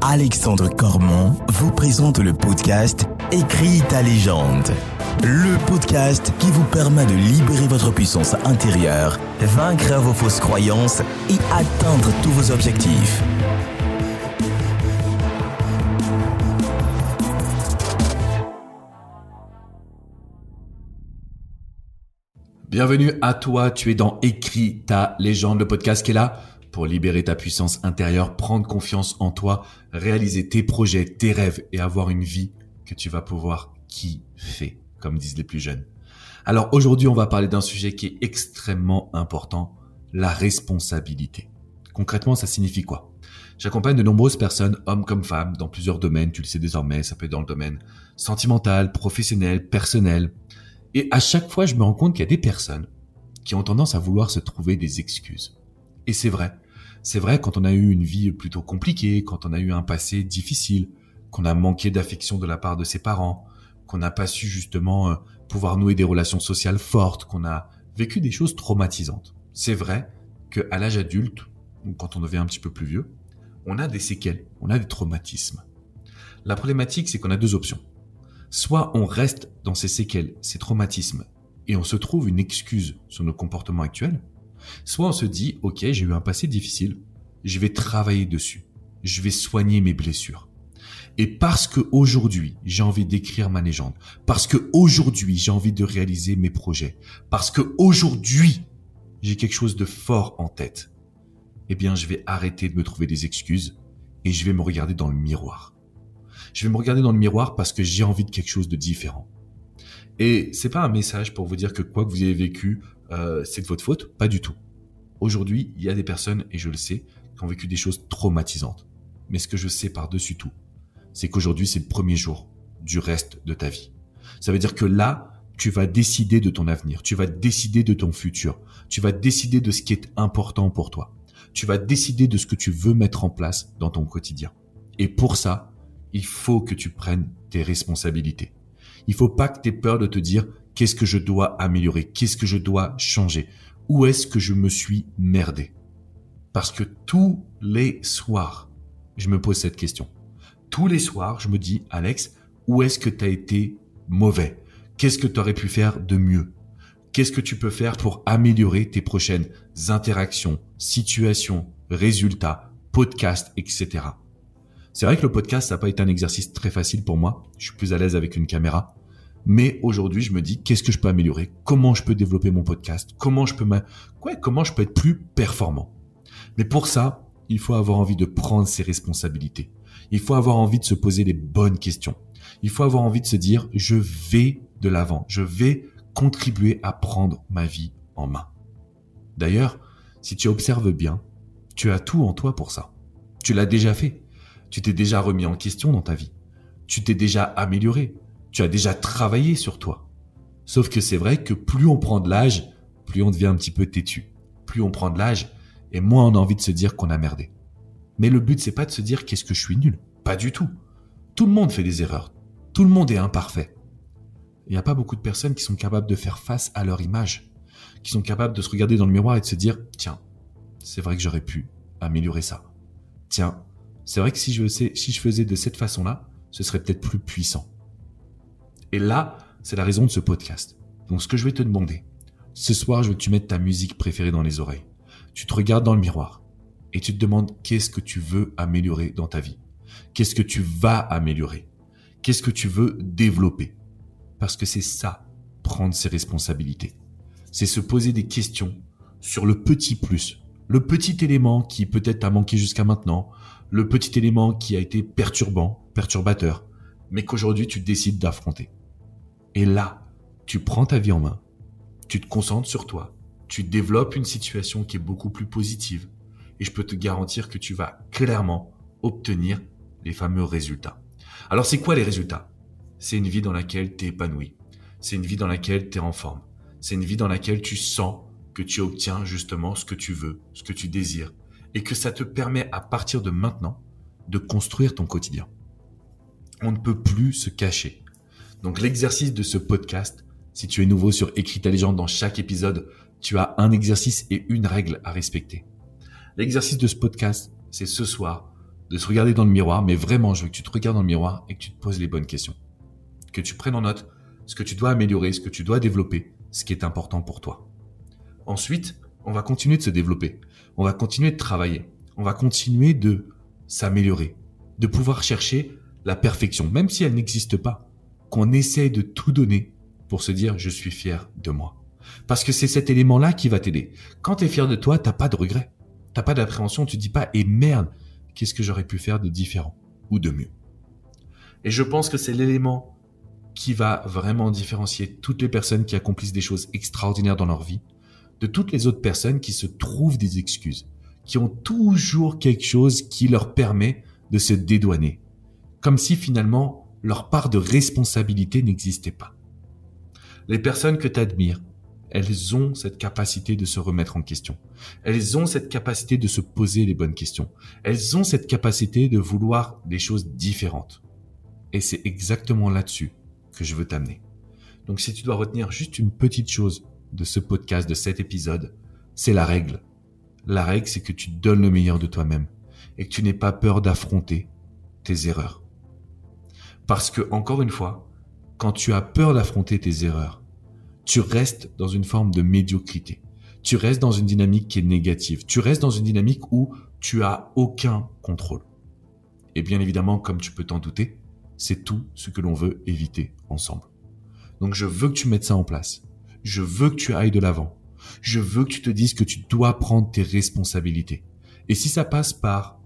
Alexandre Cormon vous présente le podcast Écris ta légende. Le podcast qui vous permet de libérer votre puissance intérieure, vaincre vos fausses croyances et atteindre tous vos objectifs. Bienvenue à toi, tu es dans Écris ta légende, le podcast qui est là pour libérer ta puissance intérieure, prendre confiance en toi, réaliser tes projets, tes rêves et avoir une vie que tu vas pouvoir kiffer, comme disent les plus jeunes. Alors aujourd'hui, on va parler d'un sujet qui est extrêmement important, la responsabilité. Concrètement, ça signifie quoi ? J'accompagne de nombreuses personnes, hommes comme femmes, dans plusieurs domaines, tu le sais désormais, ça peut être dans le domaine sentimental, professionnel, personnel. Et à chaque fois, je me rends compte qu'il y a des personnes qui ont tendance à vouloir se trouver des excuses. Et c'est vrai. C'est vrai quand on a eu une vie plutôt compliquée, quand on a eu un passé difficile, qu'on a manqué d'affection de la part de ses parents, qu'on n'a pas su justement pouvoir nouer des relations sociales fortes, qu'on a vécu des choses traumatisantes. C'est vrai qu'à l'âge adulte, ou quand on devient un petit peu plus vieux, on a des séquelles, on a des traumatismes. La problématique, c'est qu'on a deux options. Soit on reste dans ces séquelles, ces traumatismes, et on se trouve une excuse sur nos comportements actuels, soit on se dit « Ok, j'ai eu un passé difficile, je vais travailler dessus, je vais soigner mes blessures. Et parce qu'aujourd'hui, j'ai envie d'écrire ma légende, parce qu'aujourd'hui, j'ai envie de réaliser mes projets, parce qu'aujourd'hui, j'ai quelque chose de fort en tête, eh bien, je vais arrêter de me trouver des excuses et je vais me regarder dans le miroir. Je vais me regarder dans le miroir parce que j'ai envie de quelque chose de différent. Et c'est pas un message pour vous dire que quoi que vous ayez vécu, c'est de votre faute. Pas du tout. Aujourd'hui, il y a des personnes, et je le sais, qui ont vécu des choses traumatisantes. Mais ce que je sais par-dessus tout, c'est qu'aujourd'hui, c'est le premier jour du reste de ta vie. Ça veut dire que là, tu vas décider de ton avenir. Tu vas décider de ton futur. Tu vas décider de ce qui est important pour toi. Tu vas décider de ce que tu veux mettre en place dans ton quotidien. Et pour ça, il faut que tu prennes tes responsabilités. Il faut pas que tu aies peur de te dire qu'est-ce que je dois améliorer, qu'est-ce que je dois changer, où est-ce que je me suis merdé. Parce que tous les soirs, je me pose cette question. Tous les soirs, je me dis, Alex, où est-ce que tu as été mauvais ? Qu'est-ce que tu aurais pu faire de mieux ? Qu'est-ce que tu peux faire pour améliorer tes prochaines interactions, situations, résultats, podcasts, etc. C'est vrai que le podcast, ça n'a pas été un exercice très facile pour moi. Je suis plus à l'aise avec une caméra. Mais aujourd'hui, je me dis, qu'est-ce que je peux améliorer ? Comment je peux développer mon podcast ? Comment je peux être plus performant ? Mais pour ça, il faut avoir envie de prendre ses responsabilités. Il faut avoir envie de se poser les bonnes questions. Il faut avoir envie de se dire, je vais de l'avant. Je vais contribuer à prendre ma vie en main. D'ailleurs, si tu observes bien, tu as tout en toi pour ça. Tu l'as déjà fait. Tu t'es déjà remis en question dans ta vie. Tu t'es déjà amélioré. Tu as déjà travaillé sur toi. Sauf que c'est vrai que plus on prend de l'âge, plus on devient un petit peu têtu. Plus on prend de l'âge, et moins on a envie de se dire qu'on a merdé. Mais le but, c'est pas de se dire qu'est-ce que je suis nul. Pas du tout. Tout le monde fait des erreurs. Tout le monde est imparfait. Il n'y a pas beaucoup de personnes qui sont capables de faire face à leur image, qui sont capables de se regarder dans le miroir et de se dire « Tiens, c'est vrai que j'aurais pu améliorer ça. Tiens, c'est vrai que si je faisais de cette façon-là, ce serait peut-être plus puissant. » Et là, c'est la raison de ce podcast. Donc ce que je vais te demander, ce soir, je veux que tu mettes ta musique préférée dans les oreilles. Tu te regardes dans le miroir et tu te demandes qu'est-ce que tu veux améliorer dans ta vie. Qu'est-ce que tu vas améliorer ? Qu'est-ce que tu veux développer ? Parce que c'est ça, prendre ses responsabilités. C'est se poser des questions sur le petit plus, le petit élément qui peut-être t'a manqué jusqu'à maintenant, le petit élément qui a été perturbateur, mais qu'aujourd'hui tu décides d'affronter. Et là, tu prends ta vie en main, tu te concentres sur toi, tu développes une situation qui est beaucoup plus positive et je peux te garantir que tu vas clairement obtenir les fameux résultats. Alors c'est quoi les résultats ? C'est une vie dans laquelle tu es épanoui, c'est une vie dans laquelle tu es en forme, c'est une vie dans laquelle tu sens que tu obtiens justement ce que tu veux, ce que tu désires et que ça te permet à partir de maintenant de construire ton quotidien. On ne peut plus se cacher. Donc l'exercice de ce podcast, si tu es nouveau sur Écris ta légende, dans chaque épisode, tu as un exercice et une règle à respecter. L'exercice de ce podcast, c'est ce soir de se regarder dans le miroir, mais vraiment, je veux que tu te regardes dans le miroir et que tu te poses les bonnes questions. Que tu prennes en note ce que tu dois améliorer, ce que tu dois développer, ce qui est important pour toi. Ensuite, on va continuer de se développer. On va continuer de travailler. On va continuer de s'améliorer, de pouvoir chercher la perfection, même si elle n'existe pas, qu'on essaie de tout donner pour se dire « je suis fier de moi ». Parce que c'est cet élément-là qui va t'aider. Quand tu es fier de toi, t'as pas de regret, t'as pas d'appréhension, tu te dis pas « et merde, qu'est-ce que j'aurais pu faire de différent ou de mieux ». Et je pense que c'est l'élément qui va vraiment différencier toutes les personnes qui accomplissent des choses extraordinaires dans leur vie de toutes les autres personnes qui se trouvent des excuses, qui ont toujours quelque chose qui leur permet de se dédouaner. Comme si finalement leur part de responsabilité n'existait pas. Les personnes que tu admires, elles ont cette capacité de se remettre en question. Elles ont cette capacité de se poser les bonnes questions. Elles ont cette capacité de vouloir des choses différentes. Et c'est exactement là-dessus que je veux t'amener. Donc si tu dois retenir juste une petite chose de ce podcast, de cet épisode, c'est la règle. La règle, c'est que tu donnes le meilleur de toi-même et que tu n'aies pas peur d'affronter tes erreurs. Parce que, encore une fois, quand tu as peur d'affronter tes erreurs, tu restes dans une forme de médiocrité. Tu restes dans une dynamique qui est négative. Tu restes dans une dynamique où tu as aucun contrôle. Et bien évidemment, comme tu peux t'en douter, c'est tout ce que l'on veut éviter ensemble. Donc je veux que tu mettes ça en place. Je veux que tu ailles de l'avant. Je veux que tu te dises que tu dois prendre tes responsabilités. Et si ça passe par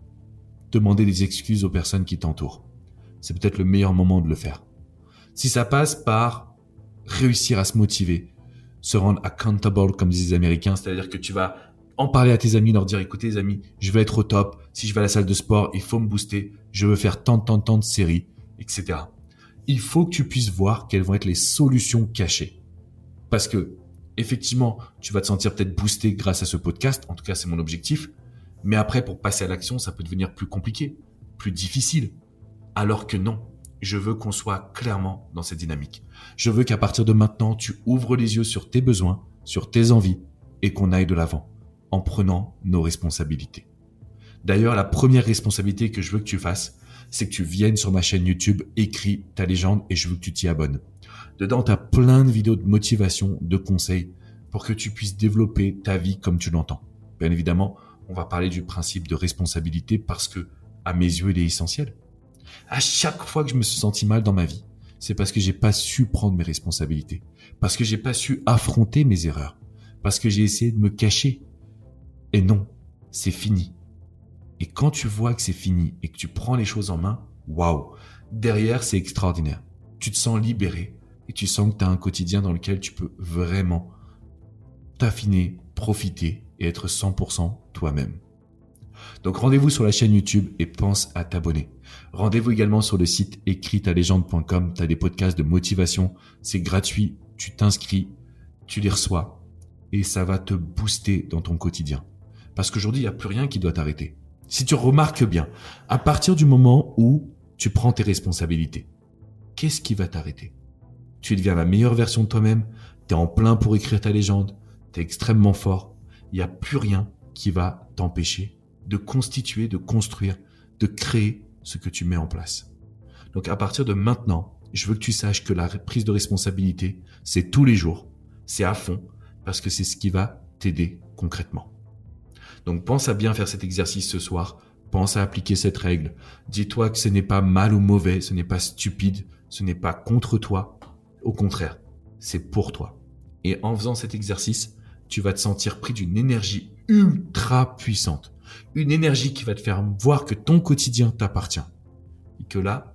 demander des excuses aux personnes qui t'entourent, c'est peut-être le meilleur moment de le faire. Si ça passe par réussir à se motiver, se rendre accountable comme disent les Américains, c'est-à-dire que tu vas en parler à tes amis, leur dire écoutez les amis, je vais être au top, si je vais à la salle de sport, il faut me booster, je veux faire tant de séries, etc. Il faut que tu puisses voir quelles vont être les solutions cachées. Parce que, effectivement, tu vas te sentir peut-être boosté grâce à ce podcast. En tout cas, c'est mon objectif. Mais après, pour passer à l'action, ça peut devenir plus compliqué, plus difficile. Alors que non, je veux qu'on soit clairement dans cette dynamique. Je veux qu'à partir de maintenant, tu ouvres les yeux sur tes besoins, sur tes envies et qu'on aille de l'avant en prenant nos responsabilités. D'ailleurs, la première responsabilité que je veux que tu fasses, c'est que tu viennes sur ma chaîne YouTube, écris ta légende et je veux que tu t'y abonnes. Dedans, tu as plein de vidéos de motivation, de conseils pour que tu puisses développer ta vie comme tu l'entends. Bien évidemment, on va parler du principe de responsabilité parce que, à mes yeux, il est essentiel. À chaque fois que je me suis senti mal dans ma vie, c'est parce que j'ai pas su prendre mes responsabilités, parce que j'ai pas su affronter mes erreurs, parce que j'ai essayé de me cacher. Et non, c'est fini. Et quand tu vois que c'est fini et que tu prends les choses en main, waouh, derrière, c'est extraordinaire. Tu te sens libéré et tu sens que tu as un quotidien dans lequel tu peux vraiment t'affiner, profiter et être 100% toi-même. Donc rendez-vous sur la chaîne YouTube et pense à t'abonner. Rendez-vous également sur le site écritalégende.com. Tu as des podcasts de motivation. C'est gratuit. Tu t'inscris, tu les reçois et ça va te booster dans ton quotidien. Parce qu'aujourd'hui, il n'y a plus rien qui doit t'arrêter. Si tu remarques bien, à partir du moment où tu prends tes responsabilités, qu'est-ce qui va t'arrêter? Tu deviens la meilleure version de toi-même, tu es en plein pour écrire ta légende, tu es extrêmement fort. Il n'y a plus rien qui va t'empêcher de constituer, de construire, de créer ce que tu mets en place. Donc à partir de maintenant, je veux que tu saches que la prise de responsabilité, c'est tous les jours, c'est à fond, parce que c'est ce qui va t'aider concrètement. Donc pense à bien faire cet exercice ce soir, pense à appliquer cette règle. Dis-toi que ce n'est pas mal ou mauvais, ce n'est pas stupide, ce n'est pas contre toi. Au contraire, c'est pour toi. Et en faisant cet exercice, tu vas te sentir pris d'une énergie ultra puissante. Une énergie qui va te faire voir que ton quotidien t'appartient. Et que là,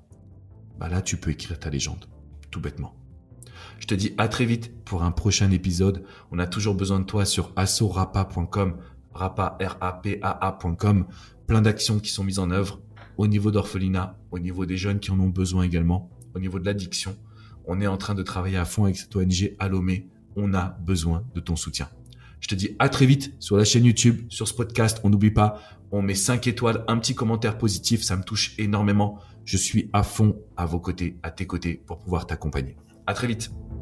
tu peux écrire ta légende, tout bêtement. Je te dis à très vite pour un prochain épisode. On a toujours besoin de toi sur assorapa.com, rapa, R-A-P-A-A.com. Plein d'actions qui sont mises en œuvre au niveau d'orphelinat, au niveau des jeunes qui en ont besoin également, au niveau de l'addiction. On est en train de travailler à fond avec cette ONG Allomé. On a besoin de ton soutien. Je te dis à très vite sur la chaîne YouTube, sur ce podcast. On n'oublie pas, on met 5 étoiles, un petit commentaire positif, ça me touche énormément. Je suis à fond à vos côtés, à tes côtés pour pouvoir t'accompagner. À très vite.